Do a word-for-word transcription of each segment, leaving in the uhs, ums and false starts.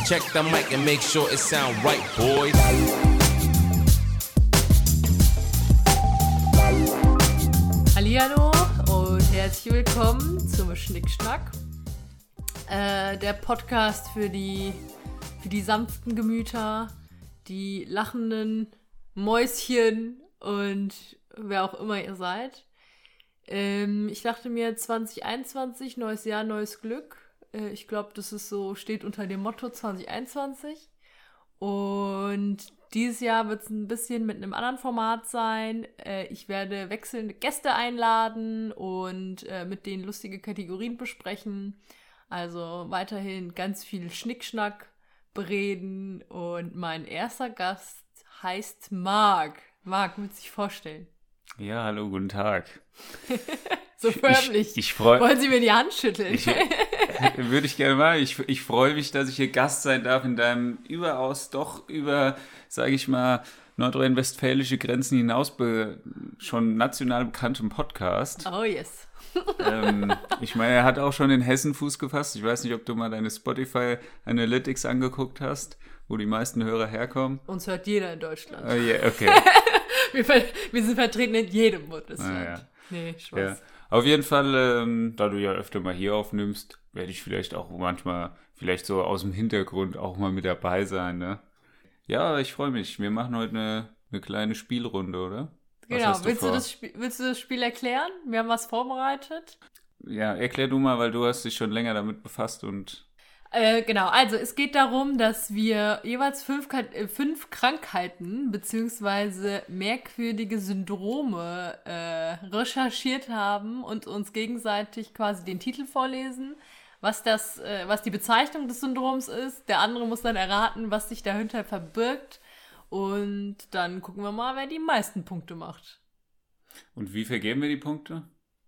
Check the mic and make sure it sound right, boys. Hallihallo und herzlich willkommen zum Schnickschnack. Äh, der Podcast für die, für die sanften Gemüter, die lachenden Mäuschen und wer auch immer ihr seid. Ähm, ich dachte mir zwanzig einundzwanzig, neues Jahr, neues Glück. Äh, ich glaube, das ist so, steht unter dem Motto zwanzig einundzwanzig. Und dieses Jahr wird es ein bisschen mit einem anderen Format sein. Äh, ich werde wechselnde Gäste einladen und äh, mit denen lustige Kategorien besprechen. Also weiterhin ganz viel Schnickschnack bereden. Und mein erster Gast heißt Marc. Marc, willst du dich vorstellen? Ja, hallo, guten Tag. So förmlich. Ich, ich freu, Wollen Sie mir die Hand schütteln? Ich, würde ich gerne mal. Ich, ich freue mich, dass ich hier Gast sein darf in deinem überaus doch über, sage ich mal, nordrhein-westfälische Grenzen hinaus be, schon national bekanntem Podcast. Oh yes. ähm, ich meine, er hat auch schon in Hessen Fuß gefasst. Ich weiß nicht, ob du mal deine Spotify Analytics angeguckt hast, wo die meisten Hörer herkommen. Uns hört jeder in Deutschland. Oh yeah, okay. wir, ver- wir sind vertreten in jedem Bundesland. Ah, ja. Nee, Spaß. Ja. Auf jeden Fall, ähm, da du ja öfter mal hier aufnimmst, werde ich vielleicht auch manchmal, vielleicht so aus dem Hintergrund auch mal mit dabei sein, ne? Ja, ich freue mich. Wir machen heute eine, eine kleine Spielrunde, oder? Was genau, hast du willst, vor? du das Spiel, willst du das Spiel erklären? Wir haben was vorbereitet. Ja, erklär du mal, weil du hast dich schon länger damit befasst und... Äh, genau, also es geht darum, dass wir jeweils fünf, äh, fünf Krankheiten beziehungsweise merkwürdige Syndrome äh, recherchiert haben und uns gegenseitig quasi den Titel vorlesen, was das, äh, was die Bezeichnung des Syndroms ist. Der andere muss dann erraten, was sich dahinter verbirgt. Und dann gucken wir mal, wer die meisten Punkte macht. Und wie vergeben wir die Punkte?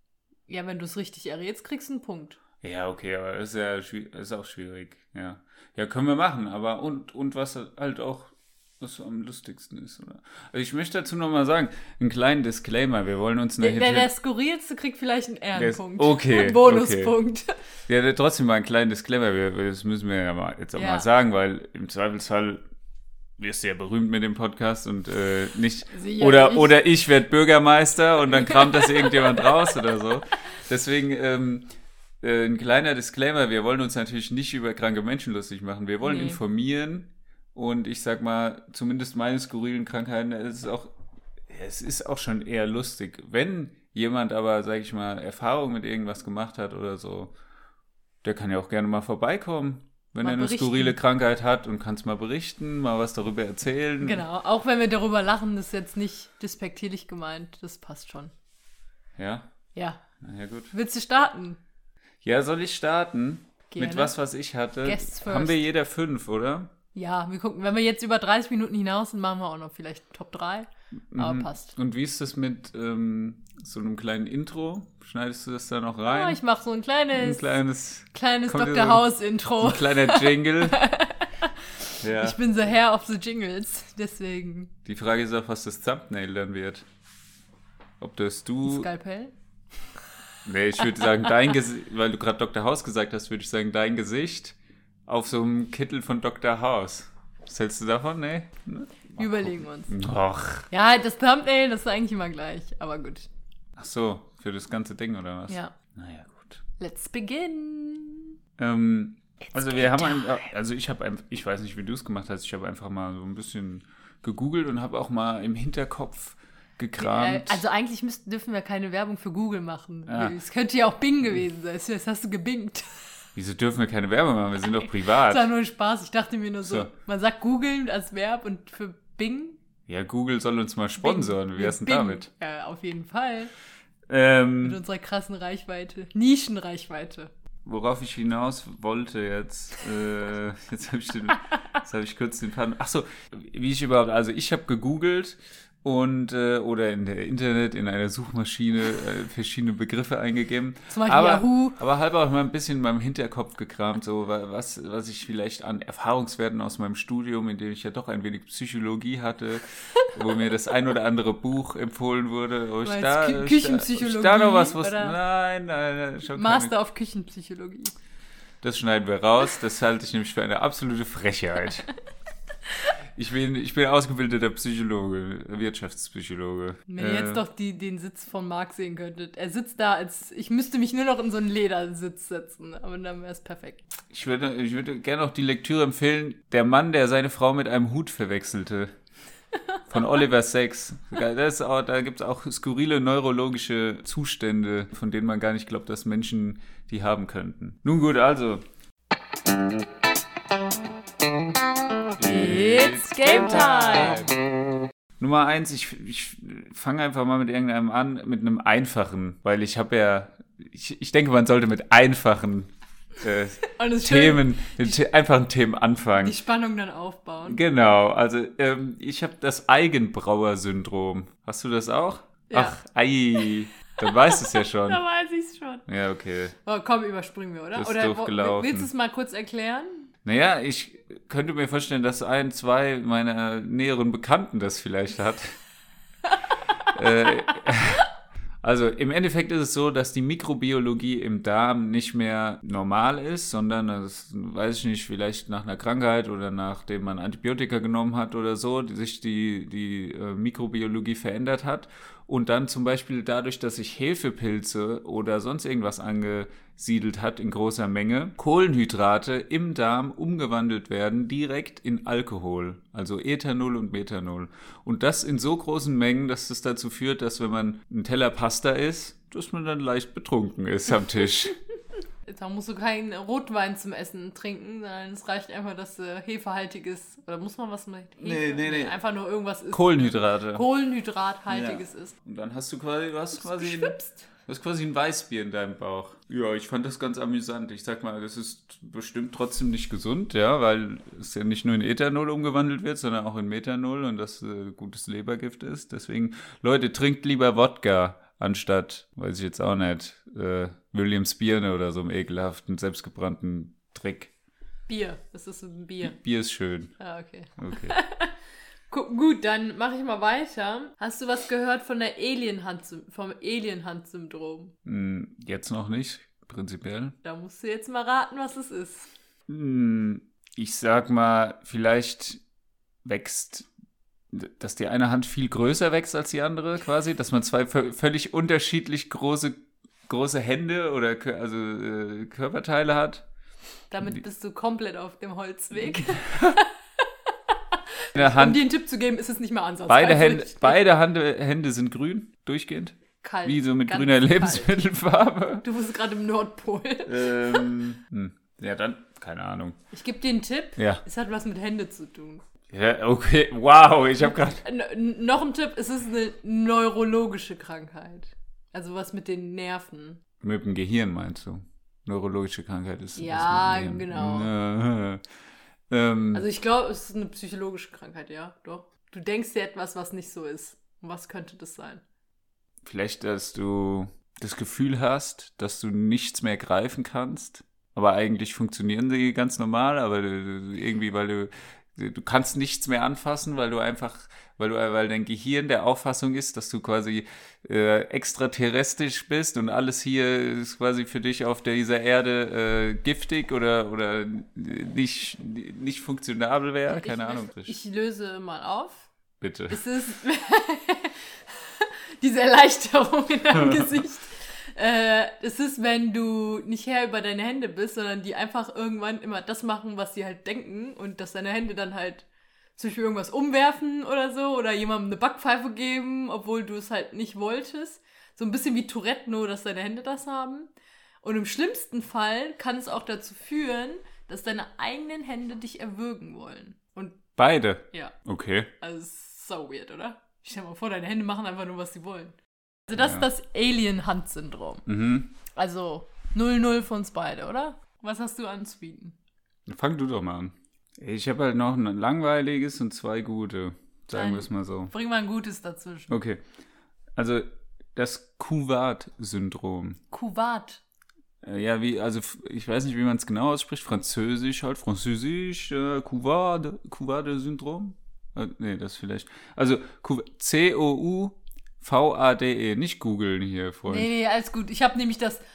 Ja, wenn du es richtig errätst, kriegst du einen Punkt. Ja, okay, aber das ist ja schwi- ist auch schwierig, ja. Ja, können wir machen, aber und, und was halt auch was so am lustigsten ist, oder? Also ich möchte dazu nochmal sagen, einen kleinen Disclaimer, wir wollen uns... Der, eine der, Hinter- der Skurrilste kriegt vielleicht einen Ehrenpunkt. Der ist- okay, Bonuspunkt. Ja, der- trotzdem mal einen kleinen Disclaimer, wir, wir- das müssen wir ja mal, jetzt auch Ja. mal sagen, weil im Zweifelsfall wirst du ja berühmt mit dem Podcast und äh, nicht... Sicherlich. Oder, oder ich werde Bürgermeister und dann kramt das irgendjemand raus oder so. Deswegen... Ähm, Ein kleiner Disclaimer, wir wollen uns natürlich nicht über kranke Menschen lustig machen. Wir wollen Nee. informieren und ich sag mal, zumindest meine skurrilen Krankheiten, es ist auch, es ist auch schon eher lustig. Wenn jemand aber, sag ich mal, Erfahrung mit irgendwas gemacht hat oder so, der kann ja auch gerne mal vorbeikommen, wenn Mal er eine berichten. skurrile Krankheit hat und kann es mal berichten, mal was darüber erzählen. Genau, auch wenn wir darüber lachen, das ist jetzt nicht despektierlich gemeint, das passt schon. Ja? Ja. Na ja, gut. Willst du starten? Ja, soll ich starten? Gerne. Mit was, was ich hatte? Guests first. Haben wir jeder fünf, oder? Ja, wir gucken, wenn wir jetzt über dreißig Minuten hinaus sind, machen wir auch noch vielleicht Top drei, aber Mhm. passt. Und wie ist das mit ähm, so einem kleinen Intro? Schneidest du das da noch Ja, rein? ich mache so ein ein kleines, kleines, kleines kommt Doktor so ein- House-Intro. ein kleiner Jingle. Ja. Ich bin so Herr of the Jingles, deswegen. Die Frage ist auch, was das Thumbnail dann wird. Ob das du... Skalpell? Nee, ich würde sagen, dein Gesicht, weil du gerade Doktor House gesagt hast, würde ich sagen, dein Gesicht auf so einem Kittel von Doktor House. Was hältst du davon? Nee? Ne? Überlegen wir uns. Och. Ja, das Thumbnail, das ist eigentlich immer gleich, aber gut. Ach so, für das ganze Ding oder was? Ja. Naja, gut. Let's begin. Ähm, also wir haben game ein, also ich habe ein, ich weiß nicht, wie du es gemacht hast, ich habe einfach mal so ein bisschen gegoogelt und habe auch mal im Hinterkopf gekramt. Äh, also eigentlich müssten, dürfen wir keine Werbung für Google machen. Ja. Es könnte ja auch Bing gewesen sein. Das hast du gebingt. Wieso dürfen wir keine Werbung machen? Wir sind doch Das privat. war nur ein Spaß. Ich dachte mir nur so, So. man sagt googeln als Verb und für Bing. Ja, Google soll uns mal sponsoren. Bing. Wie wär's denn Bing. damit? Ja, auf jeden Fall. Mit Ähm, unserer krassen Reichweite. Nischenreichweite. worauf ich hinaus wollte jetzt, äh, jetzt habe ich den, jetzt habe ich kurz den Faden. Ach so, wie ich überhaupt, also ich habe gegoogelt und äh, oder in der Internet in einer Suchmaschine äh, verschiedene Begriffe eingegeben. Zum Beispiel aber, Yahoo. aber halb auch mal ein bisschen in meinem Hinterkopf gekramt, so wa- was, was ich vielleicht an Erfahrungswerten aus meinem Studium, in dem ich ja doch ein wenig Psychologie hatte, wo mir das ein oder andere Buch empfohlen wurde, wo ich Meinst da, Kü- ich Küchenpsychologie, da, ich da noch was wusste. oder? Nein, nein, nein, schon keine Master of Küchenpsychologie. Das schneiden wir raus. Das halte ich nämlich für eine absolute Frechheit. Ich bin, ich bin ausgebildeter Psychologe, Wirtschaftspsychologe. Wenn ihr jetzt doch die, den Sitz von Marc sehen könntet. Er sitzt da, als ich müsste mich nur noch in so einen Ledersitz setzen, aber dann wäre es perfekt. Ich würde, ich würde gerne auch die Lektüre empfehlen, Der Mann, der seine Frau mit einem Hut verwechselte. Von Oliver Sacks. Das ist auch, da gibt es auch skurrile neurologische Zustände, von denen man gar nicht glaubt, dass Menschen die haben könnten. Nun gut, also. It's Game Time! Nummer eins, ich, ich fange einfach mal mit irgendeinem an, mit einem einfachen, weil ich habe ja, ich, ich denke, man sollte mit einfachen äh, Themen, mit die, einfachen Themen anfangen. Die Spannung dann aufbauen. Genau, also ähm, ich habe das Eigenbrauer-Syndrom. Hast du das auch? Ja. Ach, ei, dann weißt du es ja schon. Da weiß ich es schon. Ja, okay. Oh, komm, überspringen wir, oder? Das ist oder doof wo, gelaufen. Willst du es mal kurz erklären? Naja, ich könnte mir vorstellen, dass ein, zwei meiner näheren Bekannten das vielleicht hat. äh, also im Endeffekt ist es so, dass die Mikrobiologie im Darm nicht mehr normal ist, sondern, das weiß ich nicht, vielleicht nach einer Krankheit oder nachdem man Antibiotika genommen hat oder so, die sich die, die äh, Mikrobiologie verändert hat. Und dann zum Beispiel dadurch, dass sich Hefepilze oder sonst irgendwas angesiedelt hat in großer Menge, Kohlenhydrate im Darm umgewandelt werden direkt in Alkohol, also Ethanol und Methanol. Und das in so großen Mengen, dass das dazu führt, dass wenn man einen Teller Pasta isst, dass man dann leicht betrunken ist am Tisch. Da musst du keinen Rotwein zum Essen trinken, sondern es reicht einfach, dass du hefehaltiges, oder muss man was mit Hefe? Nee, nee, nee. Einfach nur irgendwas ist. Kohlenhydrate. Kohlenhydrathaltiges Ja. ist. Und dann hast du quasi, du hast quasi, ein, Geschwipst. du hast quasi ein Weißbier in deinem Bauch. Ja, ich fand das ganz amüsant. Ich sag mal, das ist bestimmt trotzdem nicht gesund, ja, weil es ja nicht nur in Ethanol umgewandelt wird, sondern auch in Methanol und das äh, gutes Lebergift ist. Deswegen, Leute, trinkt lieber Wodka. Anstatt, weiß ich jetzt auch nicht, äh, Williams Birne oder so einem ekelhaften, selbstgebrannten Dreck. Bier, das ist ein Bier. Bier ist schön. Ah, okay. Okay. Gut, dann mache ich mal weiter. Hast du was gehört von der Alien-Hand, vom Alien-Hand-Syndrom? Hm, jetzt noch nicht, prinzipiell. Da musst du jetzt mal raten, was es ist. Hm, ich sag mal, vielleicht wächst, dass die eine Hand viel größer wächst als die andere quasi, dass man zwei v- völlig unterschiedlich große, große Hände oder Kör- also äh, Körperteile hat. Damit bist du komplett auf dem Holzweg. In der Hand, Um dir einen Tipp zu geben, ist es nicht mehr ansatzweise. beide Hände, beide Hände, Hände sind grün, durchgehend. Kalt. Wie so mit Ganz grüner kalt. Lebensmittelfarbe. Du bist gerade im Nordpol. ähm, hm. Ja, dann, keine Ahnung. Ich gebe dir einen Tipp. Ja. Es hat was mit Hände zu tun. Ja, okay, wow, ich habe gerade... N- noch ein Tipp, es ist eine neurologische Krankheit. Also was mit den Nerven. Mit dem Gehirn meinst du? Neurologische Krankheit ist... Ja, ist mit dem Gehirn. genau. Ja. Ähm, Also ich glaube, es ist eine psychologische Krankheit, ja, doch. Du denkst dir etwas, was nicht so ist. Und was könnte das sein? vielleicht, dass du das Gefühl hast, dass du nichts mehr greifen kannst, aber eigentlich funktionieren sie ganz normal, aber du, irgendwie, weil du... Du kannst nichts mehr anfassen, weil du einfach, weil du, weil dein Gehirn der Auffassung ist, dass du quasi äh, extraterrestrisch bist und alles hier ist quasi für dich auf dieser Erde äh, giftig oder, oder nicht, nicht funktionabel wäre. Keine ich, Ahnung. Ich löse mal auf. Bitte. Es ist diese Erleichterung in deinem Gesicht. Äh, es ist, wenn du nicht Herr über deine Hände bist, sondern die einfach irgendwann immer das machen, was sie halt denken und dass deine Hände dann halt zum Beispiel irgendwas umwerfen oder so oder jemandem eine Backpfeife geben, obwohl du es halt nicht wolltest. So ein bisschen wie Tourette, nur dass deine Hände das haben. Und im schlimmsten Fall kann es auch dazu führen, dass deine eigenen Hände dich erwürgen wollen. Und Beide? ja, Okay. also es ist so weird, oder? Stell dir mal vor, deine Hände machen einfach nur, was sie wollen. Also das Ja. ist das Alien-Hand-Syndrom. Mhm. Also null null für uns beide, oder? Was hast du anzubieten? Fang du doch mal an. Ich habe halt noch ein langweiliges und zwei gute. Sagen Nein. wir es mal so. Bring mal ein Gutes dazwischen. Okay. Also das Couvard-Syndrom. Kuwait. Äh, Ja, wie, also f- ich weiß nicht, wie man es genau ausspricht. Französisch halt, Französisch, äh, Couvard, Couvard-Syndrom? Äh, nee, das vielleicht. Also Cou- C O U V A D E, nicht googeln hier, Freund. Nee, nee, alles gut. Ich habe nämlich das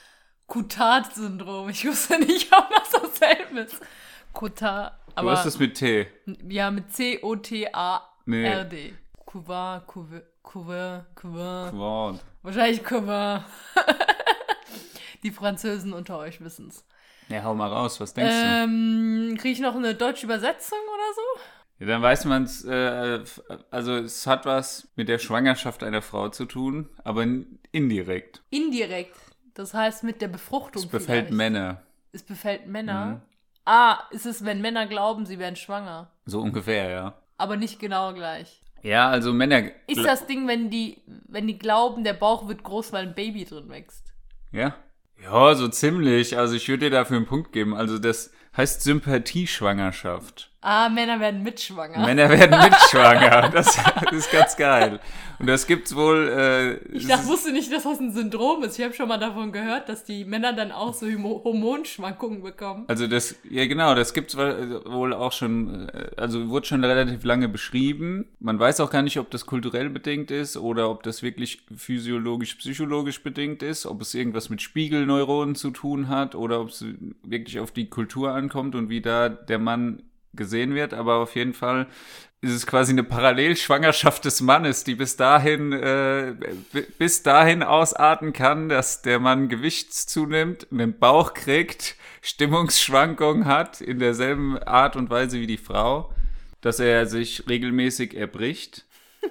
Cotard-Syndrom. Ich wusste nicht, ob das dasselbe ist. Cotard. Du hast das mit T. Ja, mit C O T A R D. Nee. Couvin, Couvin, Couvin, Couvin. Quant. Wahrscheinlich Couvin. Die Französen unter euch wissen's. Ja, hau mal raus, was denkst Ähm, kriege ich noch eine deutsche Übersetzung oder so? du? Ja, dann weiß man es, äh, also es hat was mit der Schwangerschaft einer Frau zu tun, aber indirekt. Indirekt. Das heißt mit der Befruchtung. Es befällt vielleicht. Männer. Es befällt Männer. Mhm. Ah, ist es, wenn Männer glauben, sie wären schwanger. So ungefähr, ja. Aber nicht genau gleich. Ja, also Männer... Ist das Ding, wenn die, wenn die glauben, der Bauch wird groß, weil ein Baby drin wächst? Ja? Ja, so ziemlich. Also ich würde dir dafür einen Punkt geben. Also das heißt Sympathieschwangerschaft. Ah, Männer werden mitschwanger. Männer werden mitschwanger. Das, das ist ganz geil. Und das gibt's wohl... Äh, Ich dachte, wusste nicht, dass das ein Syndrom ist. Ich habe schon mal davon gehört, dass die Männer dann auch so Homo- Hormonschwankungen bekommen. Also das, ja genau, das gibt's wohl auch schon, also wurde schon relativ lange beschrieben. Man weiß auch gar nicht, ob das kulturell bedingt ist oder ob das wirklich physiologisch-psychologisch bedingt ist, ob es irgendwas mit Spiegelneuronen zu tun hat oder ob es wirklich auf die Kultur ankommt und wie da der Mann gesehen wird. Aber auf jeden Fall ist es quasi eine Parallelschwangerschaft des Mannes, die bis dahin äh, b- bis dahin ausarten kann, dass der Mann Gewicht zunimmt, einen Bauch kriegt, Stimmungsschwankungen hat in derselben Art und Weise wie die Frau, dass er sich regelmäßig erbricht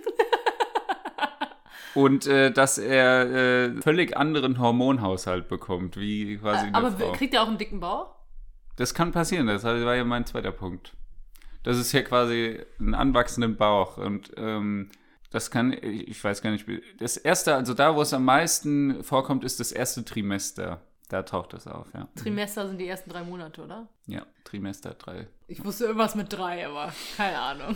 und äh, dass er äh, völlig anderen Hormonhaushalt bekommt, wie quasi eine Aber Frau. kriegt er auch einen dicken Bauch? Das kann passieren, das war ja mein zweiter Punkt. Das ist ja quasi ein anwachsenden Bauch und ähm, das kann, ich weiß gar nicht, das erste, also da, wo es am meisten vorkommt, ist das erste Trimester. Da taucht das auf, ja. Trimester sind die ersten drei Monate, oder? Ja, Trimester drei. Ich wusste irgendwas mit drei, aber keine Ahnung.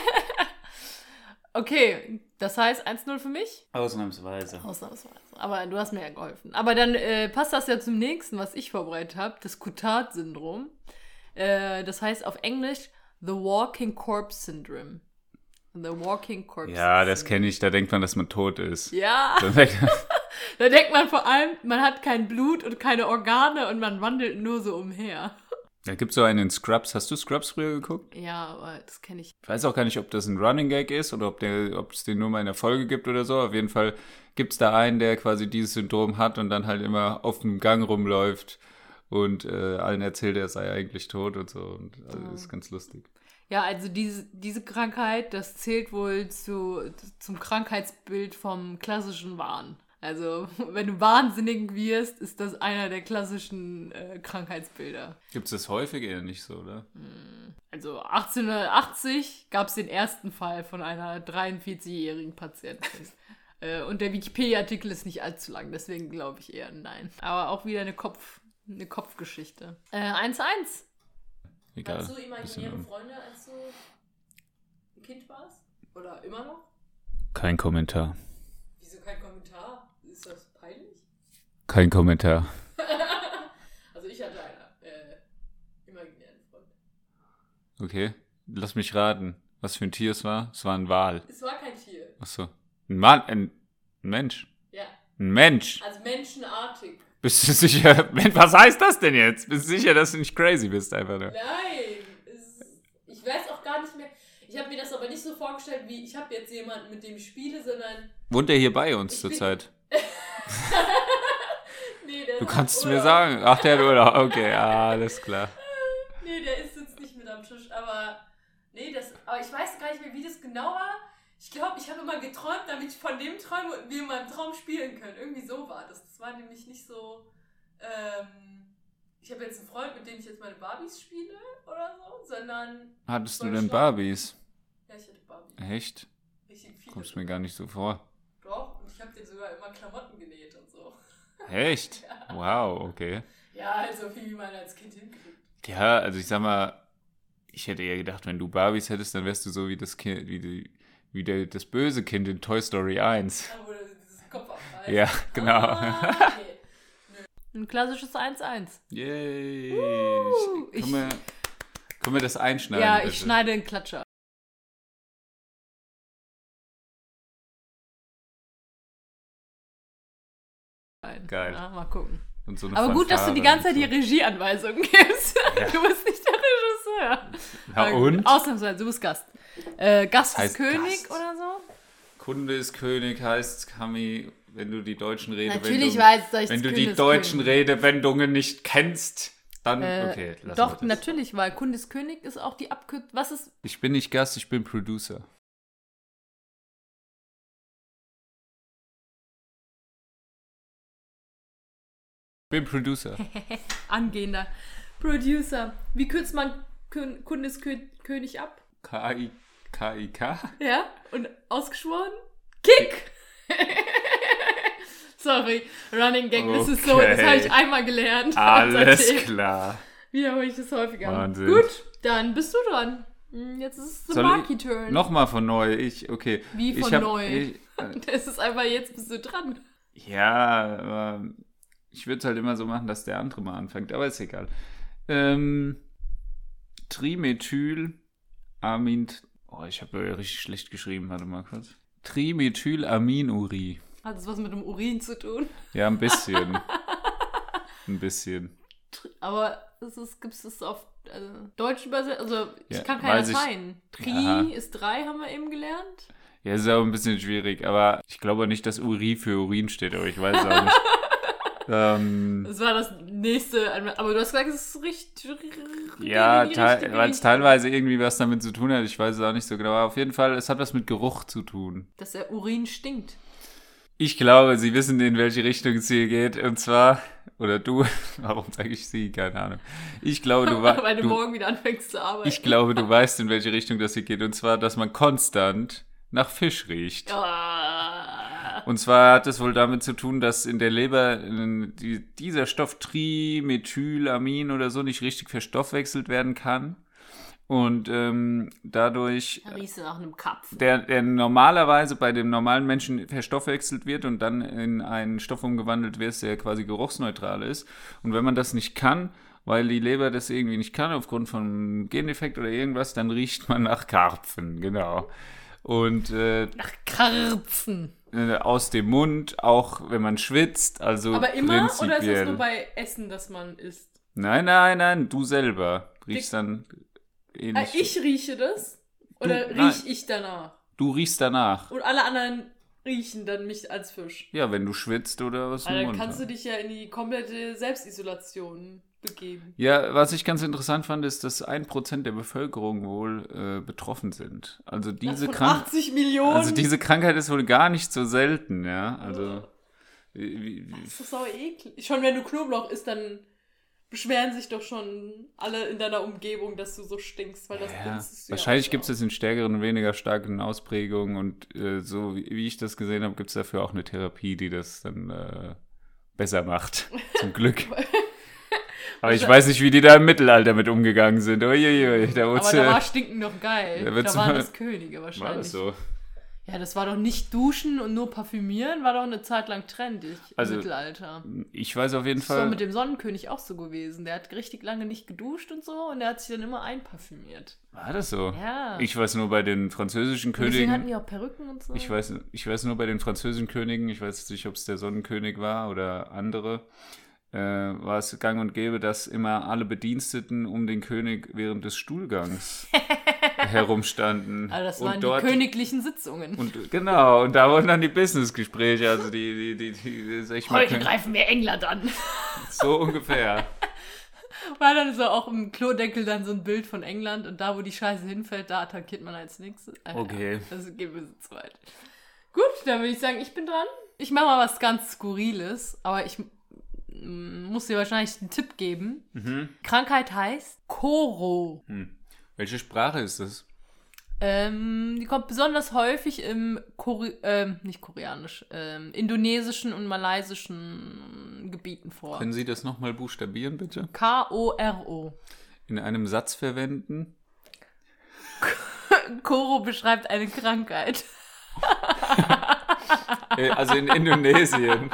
Okay, das heißt eins null für mich? Ausnahmsweise. Ausnahmsweise. Aber du hast mir ja geholfen. Aber dann äh, passt das ja zum nächsten, was ich vorbereitet habe, das Cotard-Syndrom. Äh, das heißt auf Englisch The Walking Corpse Syndrome. The Walking Corpse Ja, das Syndrome. kenne ich, da denkt man, dass man tot ist. Ja, Dann denkt man, da denkt man vor allem, man hat kein Blut und keine Organe und man wandelt nur so umher. da gibt es so einen in Scrubs. Hast du Scrubs früher geguckt? Ja, aber das kenne ich. Ich weiß auch gar nicht, ob das ein Running Gag ist oder ob der, ob es den nur mal in der Folge gibt oder so. Auf jeden Fall gibt es da einen, der quasi dieses Syndrom hat und dann halt immer auf dem Gang rumläuft und äh, allen erzählt, er sei eigentlich tot und so. Und also, das ist ganz lustig. Ja, also diese, diese Krankheit, das zählt wohl zu, zum Krankheitsbild vom klassischen Wahn. Also, wenn du wahnsinnig wirst, ist das einer der klassischen äh, Krankheitsbilder. Gibt es das häufig eher nicht so, oder? Also achtzehnhundertachtzig gab es den ersten Fall von einer dreiundvierzigjährigen Patientin. äh, und der Wikipedia-Artikel ist nicht allzu lang, deswegen glaube ich eher nein. Aber auch wieder eine, Kopf, eine Kopfgeschichte. Äh, eins eins. Egal. Hast du imaginäre Bisschen- Freunde, als du ein Kind warst? Oder immer noch? Kein Kommentar. Wieso kein Kommentar? Ist das peinlich? Kein Kommentar. Also ich hatte einen äh, imaginären Freund. Okay, lass mich raten, was für ein Tier es war. Es war ein Wal. Es war kein Tier. Achso. Ein Mann, ein, ein Mensch. Ja, Ein Mensch. also menschenartig. Bist du sicher? Mensch, was heißt das denn jetzt? Bist du sicher, dass du nicht crazy bist einfach nur? Nein, es, ich weiß auch gar nicht mehr. Ich habe mir das aber nicht so vorgestellt, wie ich habe jetzt jemanden, mit dem ich spiele, sondern... Wohnt er hier bei uns Ich bin- zurzeit? Nee, der Du ist kannst es am mir Urlaub. sagen. Ach, der hat Urlaub. Okay, alles klar. Nee, der ist jetzt nicht mit am Tisch, aber... Nee, das... Aber ich weiß gar nicht mehr, wie das genau war. Ich glaube, ich habe immer geträumt, damit ich von dem träume und wir in meinem Traum spielen können. Irgendwie so war das. Das war nämlich nicht so... Ähm, ich habe jetzt einen Freund, mit dem ich jetzt meine Barbies spiele oder so, sondern... Hattest du Soll denn ich Barbies? Ja, ich hatte Barbies. Echt? Richtig viele. Kommst mir gar nicht so vor. Doch, und ich habe dir sogar immer Klamotten genäht und so. Echt? Wow, okay. Ja, also viel wie man als Kind hinkriegt. Ja, also ich sag mal, ich hätte eher gedacht, wenn du Barbies hättest, dann wärst du so wie das Kind, wie, die, wie der, das böse Kind in Toy Story eins. Da wurde dieses Kopf abreißt. Ja, genau. Ah, nee. Ein klassisches eins eins. Yay! Uh, Ich, ich- können, wir, können wir das einschneiden? Ja, bitte? ich schneide einen Klatscher. Ein. Geil. Ja, mal gucken. Und so eine Aber gut, dass du die ganze Zeit die so. Regieanweisungen gibst. Ja. Du bist nicht der Regisseur. Na Aber und? gut, ausnahmsweise, du bist Gast. Äh, Gast Das ist heißt König Gast. oder so? Kunde ist König heißt, Kami, wenn du die deutschen Redewendungen... Natürlich weiß ich, Wenn du Kunde die ist deutschen König. Redewendungen nicht kennst, dann... Äh, okay, lassen Doch, wir das. natürlich, weil Kunde ist König ist auch die Abkürzung. Was ist. Ich bin nicht Gast, ich bin Producer. Ich bin Producer. Angehender Producer. Wie kürzt man Kön Kunde ist Kö König ab? K I K I K? Ja? Und ausgeschworen? Kick! Sorry, Running Gag, das ist so, das Okay. habe ich einmal gelernt. Alles Seitdem klar. wiederhole ich das häufiger. Wahnsinn. Gut, dann bist du dran. Hm, Jetzt ist es the Soll Marky ich- Turn. Nochmal von neu. Ich, okay. Wie ich von hab, neu? Ich, äh, Es ist einfach, jetzt bist du dran. ja, aber ich würde es halt immer so machen, dass der andere mal anfängt. Aber ist egal. Ähm, Trimethyl Amint. Oh, ich habe ja richtig schlecht geschrieben. Warte mal kurz. Trimethylaminuri. Hat es was mit dem Urin zu tun? Ja, ein bisschen. ein bisschen. Aber es ist, gibt es auf also, Deutsch übersetzt? Also, ich Ja, kann keiner weiß ich. sein. Tri Ja. ist drei, haben wir eben gelernt. Ja, ist auch ein bisschen schwierig. Aber ich glaube nicht, dass Uri für Urin steht. Aber ich weiß es auch nicht. ähm, Das war das nächste. Aber du hast gesagt, es ist richtig. Ja, in die te richtige weil es Richtung. teilweise irgendwie was damit zu tun hat. Ich weiß es auch nicht so genau. Aber auf jeden Fall, es hat was mit Geruch zu tun. Dass der Urin stinkt. Ich glaube, Sie wissen, in welche Richtung es hier geht. Und zwar, oder du, warum sage ich Sie? Keine Ahnung. Ich glaube, du, wa- Weil du, du, morgen wieder anfängst zu arbeiten. ich glaube, du weißt, in welche Richtung das hier geht. Und zwar, dass man konstant nach Fisch riecht. Ah. Und zwar hat es wohl damit zu tun, dass in der Leber äh, die, dieser Stoff Trimethylamin oder so nicht richtig verstoffwechselt werden kann. Und ähm, dadurch Da riechst du nach einem Kapf. der, der normalerweise bei dem normalen Menschen verstoffwechselt wird und dann in einen Stoff umgewandelt wird, der quasi geruchsneutral ist. Und wenn man das nicht kann, weil die Leber das irgendwie nicht kann, aufgrund von Gendefekt oder irgendwas, dann riecht man nach Karpfen, genau. Und äh, Nach Karpfen. äh, aus dem Mund, auch wenn man schwitzt, also Aber immer? Oder ist prinzipiell. das nur bei Essen, dass man isst? Nein, nein, nein, du selber riechst dann Ah, ähnlich. ich rieche das? Oder Du- nein. riech ich danach? Du riechst danach. Und alle anderen riechen dann mich als Fisch. Ja, wenn du schwitzt oder was im Also dann Mund kannst du hast. dich ja in die komplette Selbstisolation begeben. Ja, was ich ganz interessant fand, ist, dass ein Prozent der Bevölkerung wohl äh, betroffen sind. Also diese, von Krank achtzig Millionen. also diese Krankheit ist wohl gar nicht so selten, ja. Also wie, wie, Das ist sauer eklig. Schon wenn du Knoblauch isst, dann beschweren sich doch schon alle in deiner Umgebung, dass du so stinkst, weil das ja, das ja wahrscheinlich auch gibt es das in stärkeren und weniger starken Ausprägungen und äh, so wie, wie ich das gesehen habe, gibt es dafür auch eine Therapie, die das dann äh, besser macht. Zum Glück. Aber ich weiß nicht, wie die da im Mittelalter mit umgegangen sind. Uiuiui, da Aber wird's, da war äh, Stinken noch geil. da Da, wird's waren mal- das Könige wahrscheinlich. war das so? Ja, das war doch nicht duschen und nur parfümieren, war doch eine Zeit lang trendig im Also, Mittelalter. Ich weiß auf jeden Das war Fall. mit dem Sonnenkönig auch so gewesen. Der hat richtig lange nicht geduscht und so und der hat sich dann immer einparfümiert. War das so? Ja. Ich weiß nur bei den französischen Und deswegen hatten Königen. die auch Perücken und so. Ich weiß, ich weiß nur bei den französischen Königen, ich weiß nicht, ob es der Sonnenkönig war oder andere, äh, war es gang und gäbe, dass immer alle Bediensteten um den König während des Stuhlgangs herumstanden. Also das und waren dort, die königlichen Sitzungen. Und genau, und da wurden dann die Businessgespräche, also die, die, die, die sag ich mal, Heute greifen wir England an. so ungefähr. War dann so auch im Klodeckel dann so ein Bild von England und da, wo die Scheiße hinfällt, da attackiert man als nächstes. Äh, Okay. Ja, das geht mir so zu weit. Gut, dann würde ich sagen, ich bin dran. Ich mache mal was ganz Skurriles, aber ich mm, muss dir wahrscheinlich einen Tipp geben. Krankheit heißt Koro. Hm. Welche Sprache ist das? Ähm, die kommt besonders häufig im Kore ähm, nicht koreanisch, ähm, indonesischen und malaysischen Gebieten vor. Können Sie das nochmal buchstabieren, bitte? K O R O. In einem Satz verwenden? Koro beschreibt eine Krankheit. Äh, also in Indonesien.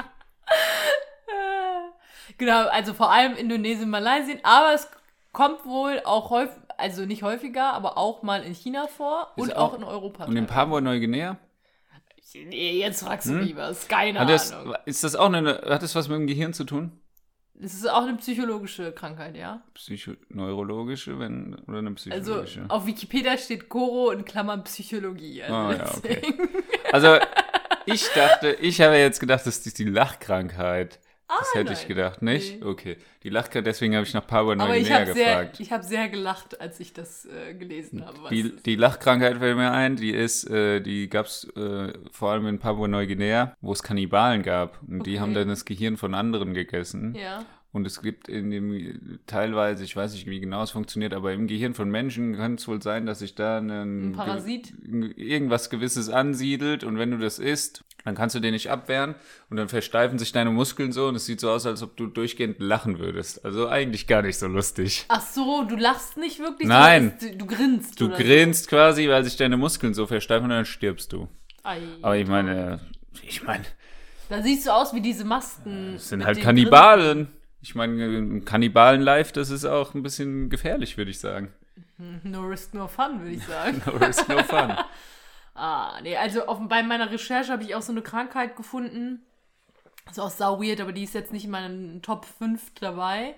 Genau, also vor allem Indonesien, Malaysien, aber es kommt wohl auch häufig, also nicht häufiger, aber auch mal in China vor Ist und auch, auch- in Europa. Und in teilweise. Papua-Neuguinea? Nee, jetzt fragst du mich was, keine Hat das, Ahnung. ist das auch eine, hat das was mit dem Gehirn zu tun? Das ist auch eine psychologische Krankheit, ja? Psychoneurologische, wenn, oder eine psychologische? Also auf Wikipedia steht Koro in Klammern Psychologie. Also, oh, ja, okay. Also ich dachte, ich habe jetzt gedacht, das ist die Lachkrankheit. Das ah, hätte nein. ich gedacht, nicht? Nee. Okay. Die Lachkrankheit, deswegen habe ich nach Papua-Neuguinea Aber ich habe gefragt. sehr, ich hab sehr gelacht, als ich das äh, gelesen habe. Was Die, die Lachkrankheit fällt mir ein, die ist, äh, die gab es äh, vor allem in Papua-Neuguinea, wo es Kannibalen gab. Und Okay. die haben dann das Gehirn von anderen gegessen. ja. Und es gibt in dem, teilweise, ich weiß nicht, wie genau es funktioniert, aber im Gehirn von Menschen kann es wohl sein, dass sich da ein, Ein Parasit? Ge- irgendwas Gewisses ansiedelt und wenn du das isst, dann kannst du den nicht abwehren und dann versteifen sich deine Muskeln so und es sieht so aus, als ob du durchgehend lachen würdest. Also eigentlich gar nicht so lustig. Ach so, du lachst nicht wirklich? Nein. Du, du, du grinst. Du oder grinst quasi, weil sich deine Muskeln so versteifen und dann stirbst du. So. Ei. Aber ich meine, ich meine, Da siehst du aus wie diese Masken. das sind mit halt den Kannibalen. Ich meine, Kannibalen-Life, das ist auch ein bisschen gefährlich, würde ich sagen. Grinsen. No risk, no fun, würde ich sagen. No risk, no fun. ah, nee, also auf, bei meiner Recherche habe ich auch so eine Krankheit gefunden. Ist auch sau weird, aber die ist jetzt nicht in meinen Top fünf dabei.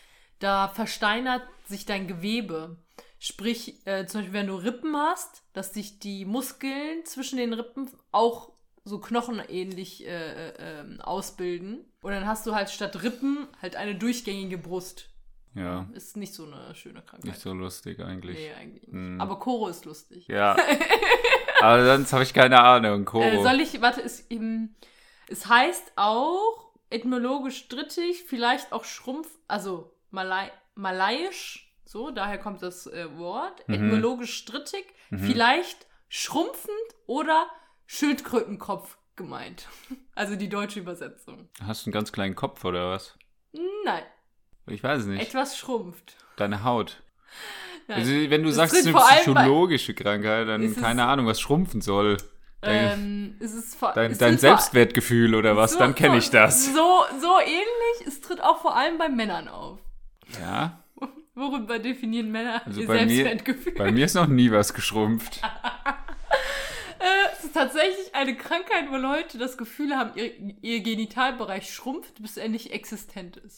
Da versteinert sich dein Gewebe. Sprich, äh, zum Beispiel, wenn du Rippen hast, dass sich die Muskeln zwischen den Rippen auch so knochenähnlich äh, äh, ausbilden. Und dann hast du halt statt Rippen halt eine durchgängige Brust. Ja, Ist nicht so eine schöne Krankheit. nicht so lustig eigentlich. Nee, eigentlich nicht. Hm. Aber Koro ist lustig. Ja. Aber sonst habe ich keine Ahnung. Koro. Äh, soll ich, warte, es, ähm, es heißt auch, etymologisch strittig, vielleicht auch Schrumpf, also Malai, Malaiisch, so, daher kommt das äh, Wort, Mhm. etymologisch strittig, Mhm. vielleicht schrumpfend oder Schildkrötenkopf gemeint. Also die deutsche Übersetzung. Hast du einen ganz kleinen Kopf oder was? Nein, Ich weiß es nicht. etwas schrumpft. Deine Haut. Nein. Also, wenn du Das sagst, es ist tritt eine vor allem bei- psychologische Krankheit, dann Es ist- keine Ahnung, was schrumpfen soll. Dein, ähm, es ist vor, dein, es dein tritt vor- Selbstwertgefühl oder was, so- dann kenne so- ich das. So, so ähnlich, es tritt auch vor allem bei Männern auf. Ja, Worüber definieren Männer also ihr bei mir, Selbstwertgefühl? bei mir ist noch nie was geschrumpft. Äh, es ist tatsächlich eine Krankheit, wo Leute das Gefühl haben, ihr, ihr Genitalbereich schrumpft, bis er nicht existent ist.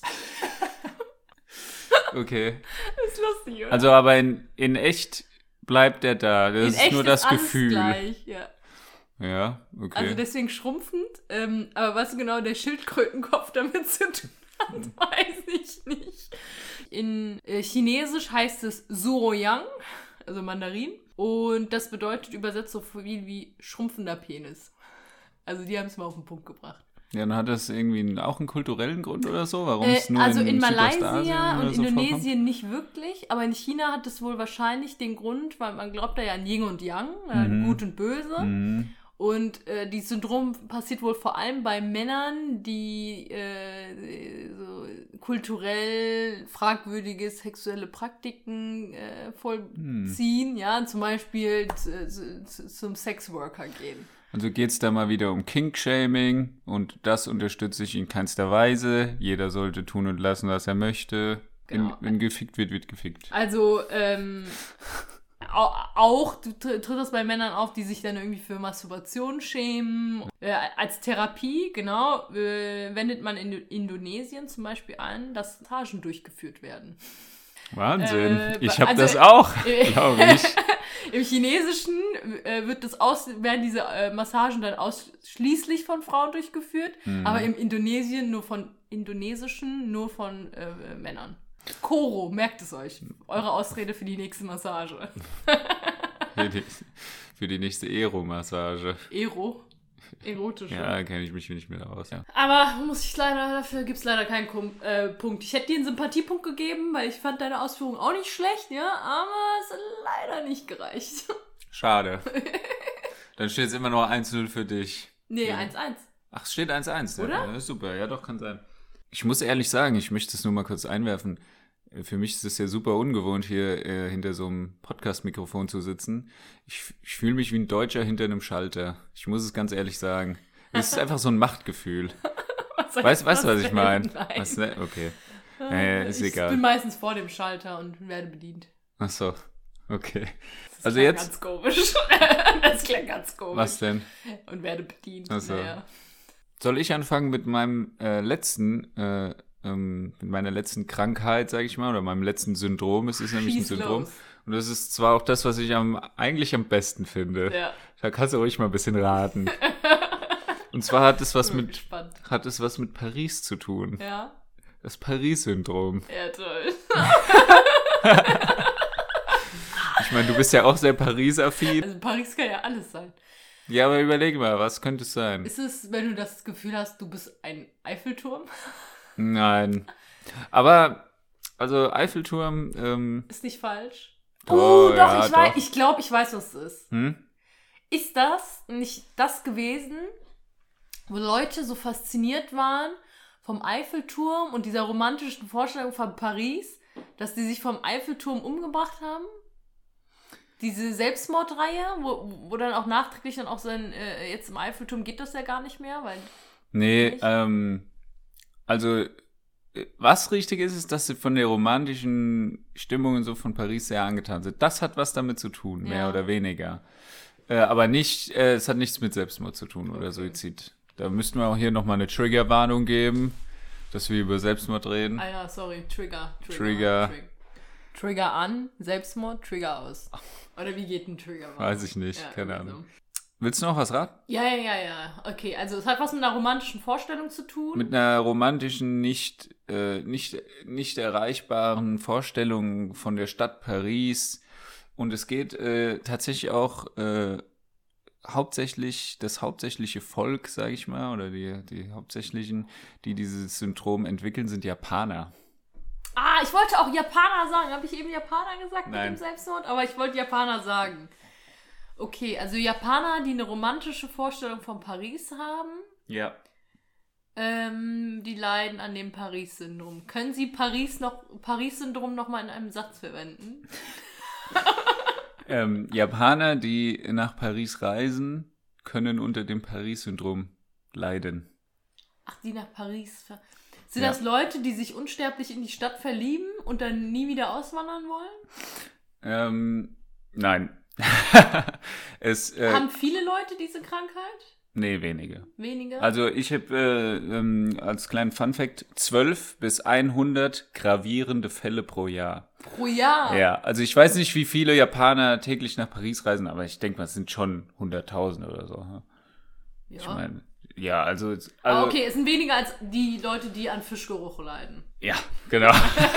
Okay. Ist lustig, oder? Also aber in, in echt bleibt der da. Das In ist echt nur das alles Gefühl. Gleich, ja. Ja, okay. Also deswegen schrumpfend. Ähm, aber was genau der Schildkrötenkopf damit zu tun hat, weiß ich nicht. In äh, Chinesisch heißt es Suoyang, also Mandarin. Und das bedeutet übersetzt so viel wie schrumpfender Penis. Also die haben es mal auf den Punkt gebracht. Ja, dann hat das irgendwie einen, auch einen kulturellen Grund oder so, warum Äh, es nur also in, in Südostasien Malaysia oder und so Indonesien vorkommt? nicht wirklich, aber in China hat es wohl wahrscheinlich den Grund, weil man glaubt da ja an Yin und Yang, äh, Mhm. Gut und Böse. Mhm. Und äh, dieses Syndrom passiert wohl vor allem bei Männern, die äh, so kulturell fragwürdige sexuelle Praktiken äh, vollziehen, Hm. ja, zum Beispiel zu, zu, zum Sexworker gehen. Also geht es da mal wieder um Kink-Shaming und das unterstütze ich in keinster Weise. Jeder sollte tun und lassen, was er möchte. Genau. Wenn, wenn gefickt wird, wird gefickt. Also, ähm, au- auch tr- tritt das bei Männern auf, die sich dann irgendwie für Masturbation schämen. Äh, als Therapie, genau, äh, wendet man in Indonesien zum Beispiel an, dass Massagen durchgeführt werden. Wahnsinn. Äh, ich habe also- das auch, äh, glaube ich. Im Chinesischen äh, wird das aus, werden diese äh, Massagen dann ausschließlich von Frauen durchgeführt, Mhm. aber im Indonesien nur von Indonesischen, nur von äh, Männern. Koro, merkt es euch. Eure Ausrede für die nächste Massage. Für die, für die nächste Ero-Massage. Ero. Erotische. Ja, kenne ich mich nicht mehr aus. Ja. Aber muss ich leider, dafür gibt es leider keinen Kum- äh, Punkt. Ich hätte dir einen Sympathiepunkt gegeben, weil ich fand deine Ausführung auch nicht schlecht, ja, aber es hat leider nicht gereicht. Schade. Dann steht es immer noch eins null für dich. Nee, Ja. eins eins. Ach, es steht eins eins. Oder? Ja, super, ja doch, kann sein. Ich muss ehrlich sagen, ich möchte es nur mal kurz einwerfen. Für mich ist es ja super ungewohnt, hier äh, hinter so einem Podcast-Mikrofon zu sitzen. Ich, ich fühle mich wie ein Deutscher hinter einem Schalter. Ich muss es ganz ehrlich sagen. Es ist einfach so ein Machtgefühl. Was soll Weißt ich weißt du, was das ich denn? meine? Nein. Was, ne? Okay. Äh, ist ich egal. bin meistens vor dem Schalter und werde bedient. Ach so, okay. Das Also klang jetzt- ganz komisch. Das klingt ganz komisch. Was denn? Und werde bedient. Ach so. Naja. Soll ich anfangen mit meinem äh, letzten äh, ähm, mit meiner letzten Krankheit, sage ich mal, oder meinem letzten Syndrom. Es ist nämlich ein Schieß Syndrom. los. Und das ist zwar auch das, was ich am, eigentlich am besten finde. Ja. Da kannst du ruhig mal ein bisschen raten. Und zwar hat es was Bin mit, gespannt. hat es was mit Paris zu tun. Ja. Das Paris-Syndrom. Ja, toll. Ich meine, du bist ja auch sehr Paris-affin. Also Paris kann ja alles sein. Ja, aber überlege mal, was könnte es sein? Ist es, wenn du das Gefühl hast, du bist ein Eiffelturm? Nein. Aber, also Eiffelturm, ähm, Ist nicht falsch. Oh, Oh, doch, ja, ich weiß, doch. ich glaube, ich weiß, was es ist. hm? Ist das nicht das gewesen, wo Leute so fasziniert waren vom Eiffelturm und dieser romantischen Vorstellung von Paris, dass die sich vom Eiffelturm umgebracht haben? Diese Selbstmordreihe, wo, wo dann auch nachträglich dann auch sein, äh, jetzt im Eiffelturm geht das ja gar nicht mehr, weil Nee, Nicht? ähm, also, äh, was richtig ist, ist, dass sie von der romantischen Stimmung und so von Paris sehr angetan sind. Das hat was damit zu tun, mehr Ja. oder weniger. Äh, aber nicht, äh, es hat nichts mit Selbstmord zu tun oder Okay. Suizid. Da müssten wir auch hier nochmal eine Triggerwarnung geben, dass wir über Selbstmord reden. Ah ja, sorry, Trigger. Trigger. Trigger, Trigger an, Selbstmord, Trigger aus. Oder wie geht ein Trigger? Weiß ich nicht, Ja, keine irgendwie Ahnung. Willst du noch was raten? So. Ja, ja, ja, ja. Okay, also es hat was mit einer romantischen Vorstellung zu tun. Mit einer romantischen, nicht, äh, nicht, nicht erreichbaren Vorstellung von der Stadt Paris. Und es geht äh, tatsächlich auch äh, hauptsächlich, das hauptsächliche Volk, sage ich mal, oder die, die hauptsächlichen, die dieses Syndrom entwickeln, sind Japaner. Ah, ich wollte auch Japaner sagen. Habe ich eben Japaner gesagt Nein. mit dem Selbstmord? Aber ich wollte Japaner sagen. Okay, also Japaner, die eine romantische Vorstellung von Paris haben, Ja. ähm, die leiden an dem Paris-Syndrom. Können Sie Paris noch Paris-Syndrom noch mal in einem Satz verwenden? Ähm, Japaner, die nach Paris reisen, können unter dem Paris-Syndrom leiden. Ach, die nach Paris. Ver Sind Ja. das Leute, die sich unsterblich in die Stadt verlieben und dann nie wieder auswandern wollen? Ähm, nein. es, äh, Haben viele Leute diese Krankheit? nee, wenige. Wenige? Also ich habe äh, ähm, als kleinen Funfact zwölf bis hundert gravierende Fälle pro Jahr. Pro Jahr? Ja, also ich weiß nicht, wie viele Japaner täglich nach Paris reisen, aber ich denke mal, es sind schon hunderttausend oder so. hm? Ja. Ich meine, ja, also, also ah, okay, es sind weniger als die Leute, die an Fischgeruch leiden. ja, genau.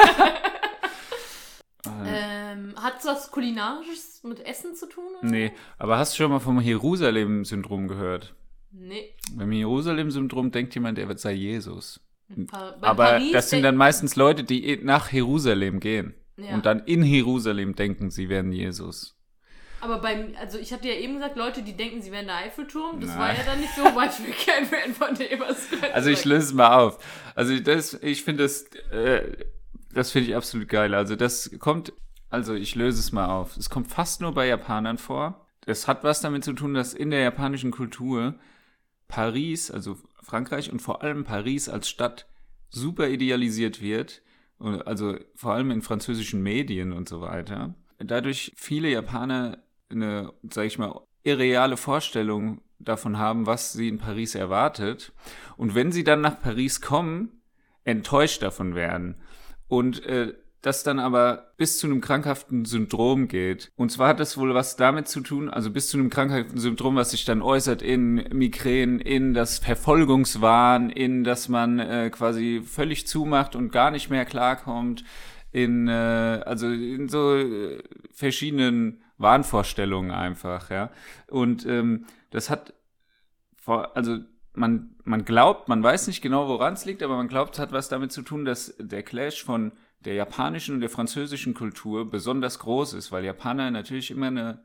Ähm, hat was Kulinarisches mit Essen zu tun? Oder? Nee, aber hast du schon mal vom Jerusalem-Syndrom gehört? Nee. Beim Jerusalem-Syndrom denkt jemand, er sei Jesus. Pa bei Aber Paris das sind denk- dann meistens Leute, die nach Jerusalem gehen. Ja. Und dann in Jerusalem denken, sie wären Jesus. Aber beim, also ich hatte ja eben gesagt, Leute, die denken, sie wären der Eiffelturm. Das Nein. war ja dann nicht so, weil ich bin kein Fan von dem. Was Also ich löse es mal auf. Also das, ich finde das, äh, das finde ich absolut geil. Also das kommt, also ich löse es mal auf. Es kommt fast nur bei Japanern vor. Es hat was damit zu tun, dass in der japanischen Kultur Paris, also Frankreich und vor allem Paris als Stadt super idealisiert wird. Also vor allem in französischen Medien und so weiter. Dadurch viele Japaner eine, sag ich mal, irreale Vorstellung davon haben, was sie in Paris erwartet. Und wenn sie dann nach Paris kommen, enttäuscht davon werden. Und äh, das dann aber bis zu einem krankhaften Syndrom geht. Und zwar hat das wohl was damit zu tun, also bis zu einem krankhaften Syndrom, was sich dann äußert in Migränen, in das Verfolgungswahn, in dass man äh, quasi völlig zumacht und gar nicht mehr klarkommt, in äh, also in so äh, verschiedenen Wahnvorstellungen einfach, ja. Und ähm, das hat vor, also man man glaubt, man weiß nicht genau, woran es liegt, aber man glaubt, es hat was damit zu tun, dass der Clash von der japanischen und der französischen Kultur besonders groß ist, weil Japaner natürlich immer eine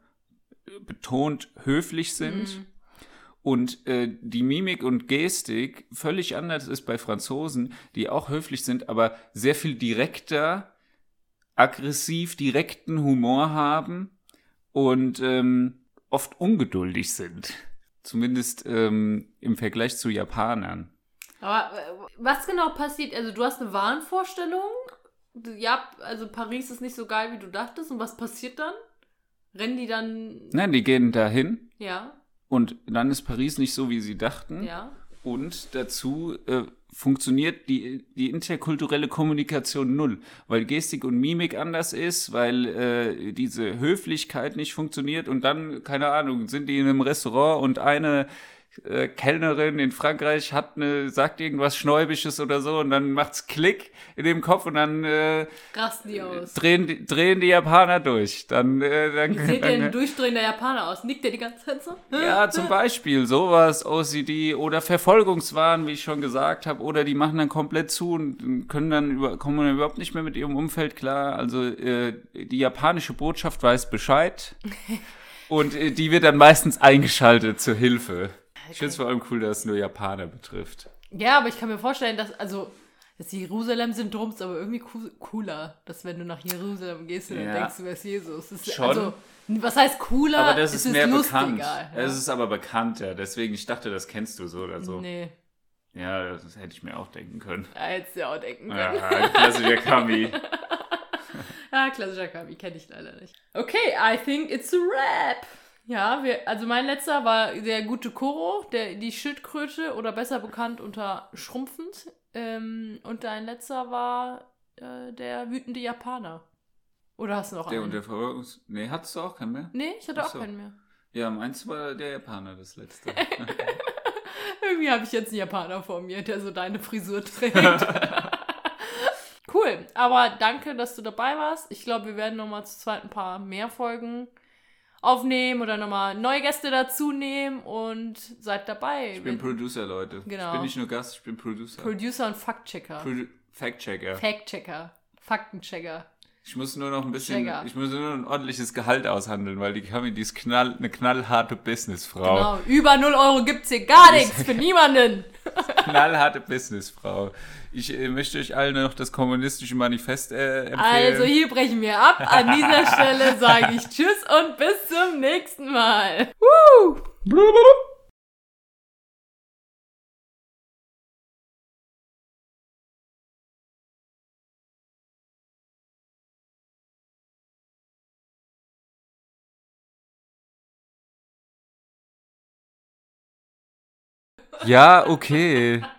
betont höflich sind Mhm. und äh, die Mimik und Gestik völlig anders ist bei Franzosen, die auch höflich sind, aber sehr viel direkter, aggressiv, direkten Humor haben und ähm, oft ungeduldig sind. Zumindest ähm, im Vergleich zu Japanern. Aber äh, was genau passiert? Also du hast eine Wahnvorstellung. Ja, also Paris ist nicht so geil, wie du dachtest. Und was passiert dann? Rennen die dann... Nein, die gehen dahin Ja, und dann ist Paris nicht so, wie sie dachten. ja. Und dazu äh, funktioniert die, die interkulturelle Kommunikation null, weil Gestik und Mimik anders ist, weil äh, diese Höflichkeit nicht funktioniert und dann, keine Ahnung, sind die in einem Restaurant und eine äh, Kellnerin in Frankreich hat eine, sagt irgendwas Schnäubisches oder so und dann macht's Klick in dem Kopf und dann äh, rasten die aus. Drehen, die, drehen die Japaner durch. Dann, äh, dann, Wie sieht dann, denn ein durchdrehender Japaner aus? Nickt der die ganze Zeit so? Ja, zum Beispiel sowas, O C D oder Verfolgungswahn, wie ich schon gesagt habe, oder die machen dann komplett zu und können dann über, kommen dann überhaupt nicht mehr mit ihrem Umfeld klar. Also äh, die japanische Botschaft weiß Bescheid und äh, die wird dann meistens eingeschaltet zur Hilfe. Ich finde es vor allem cool, dass es nur Japaner betrifft. Ja, aber ich kann mir vorstellen, dass, also, das Jerusalem-Syndrom ist aber irgendwie co- cooler, dass wenn du nach Jerusalem gehst und Ja. dann denkst, du wärst Jesus. Das ist, Schon. Also, was heißt cooler? Aber das ist, es mehr lustiger, bekannt. Ja. Es ist aber bekannter, deswegen, ich dachte, das kennst du so oder so. Nee, Ja, das hätte ich mir auch denken können. da hättest du ja auch denken können. Ja, klassischer Kami. Ja, klassischer Kami, kenne ich leider nicht. Okay, I think it's a wrap. Ja, wir, also mein letzter war der gute Koro, der, die Schildkröte oder besser bekannt unter Schrumpfend. Ähm, und dein letzter war äh, der wütende Japaner. Oder hast du noch Der einen? und der Verfolgungs... Nee, hattest du auch keinen mehr? Nee, ich hatte Ach auch so. keinen mehr. Ja, meins war der Japaner, das letzte. Irgendwie habe ich jetzt einen Japaner vor mir, der so deine Frisur trägt. Cool, aber danke, dass du dabei warst. Ich glaube, wir werden nochmal zu zweit ein paar mehr Folgen aufnehmen oder nochmal neue Gäste dazu nehmen und seid dabei. Ich bin Producer, Leute. Genau. Ich bin nicht nur Gast, ich bin Producer. Producer und Faktchecker. Produ- Fact-Checker. Fact-Checker. Faktenchecker. Ich muss nur noch ein bisschen, Checker. ich muss nur noch ein ordentliches Gehalt aushandeln, weil die Kami, die ist knall, eine knallharte Businessfrau. Genau, über null Euro gibt's hier gar nichts für niemanden. Knallharte Businessfrau. Ich äh, möchte euch allen noch das kommunistische Manifest äh, empfehlen. Also hier brechen wir ab. An dieser Stelle sage ich Tschüss und bis zum nächsten Mal. Woo! Ja, okay.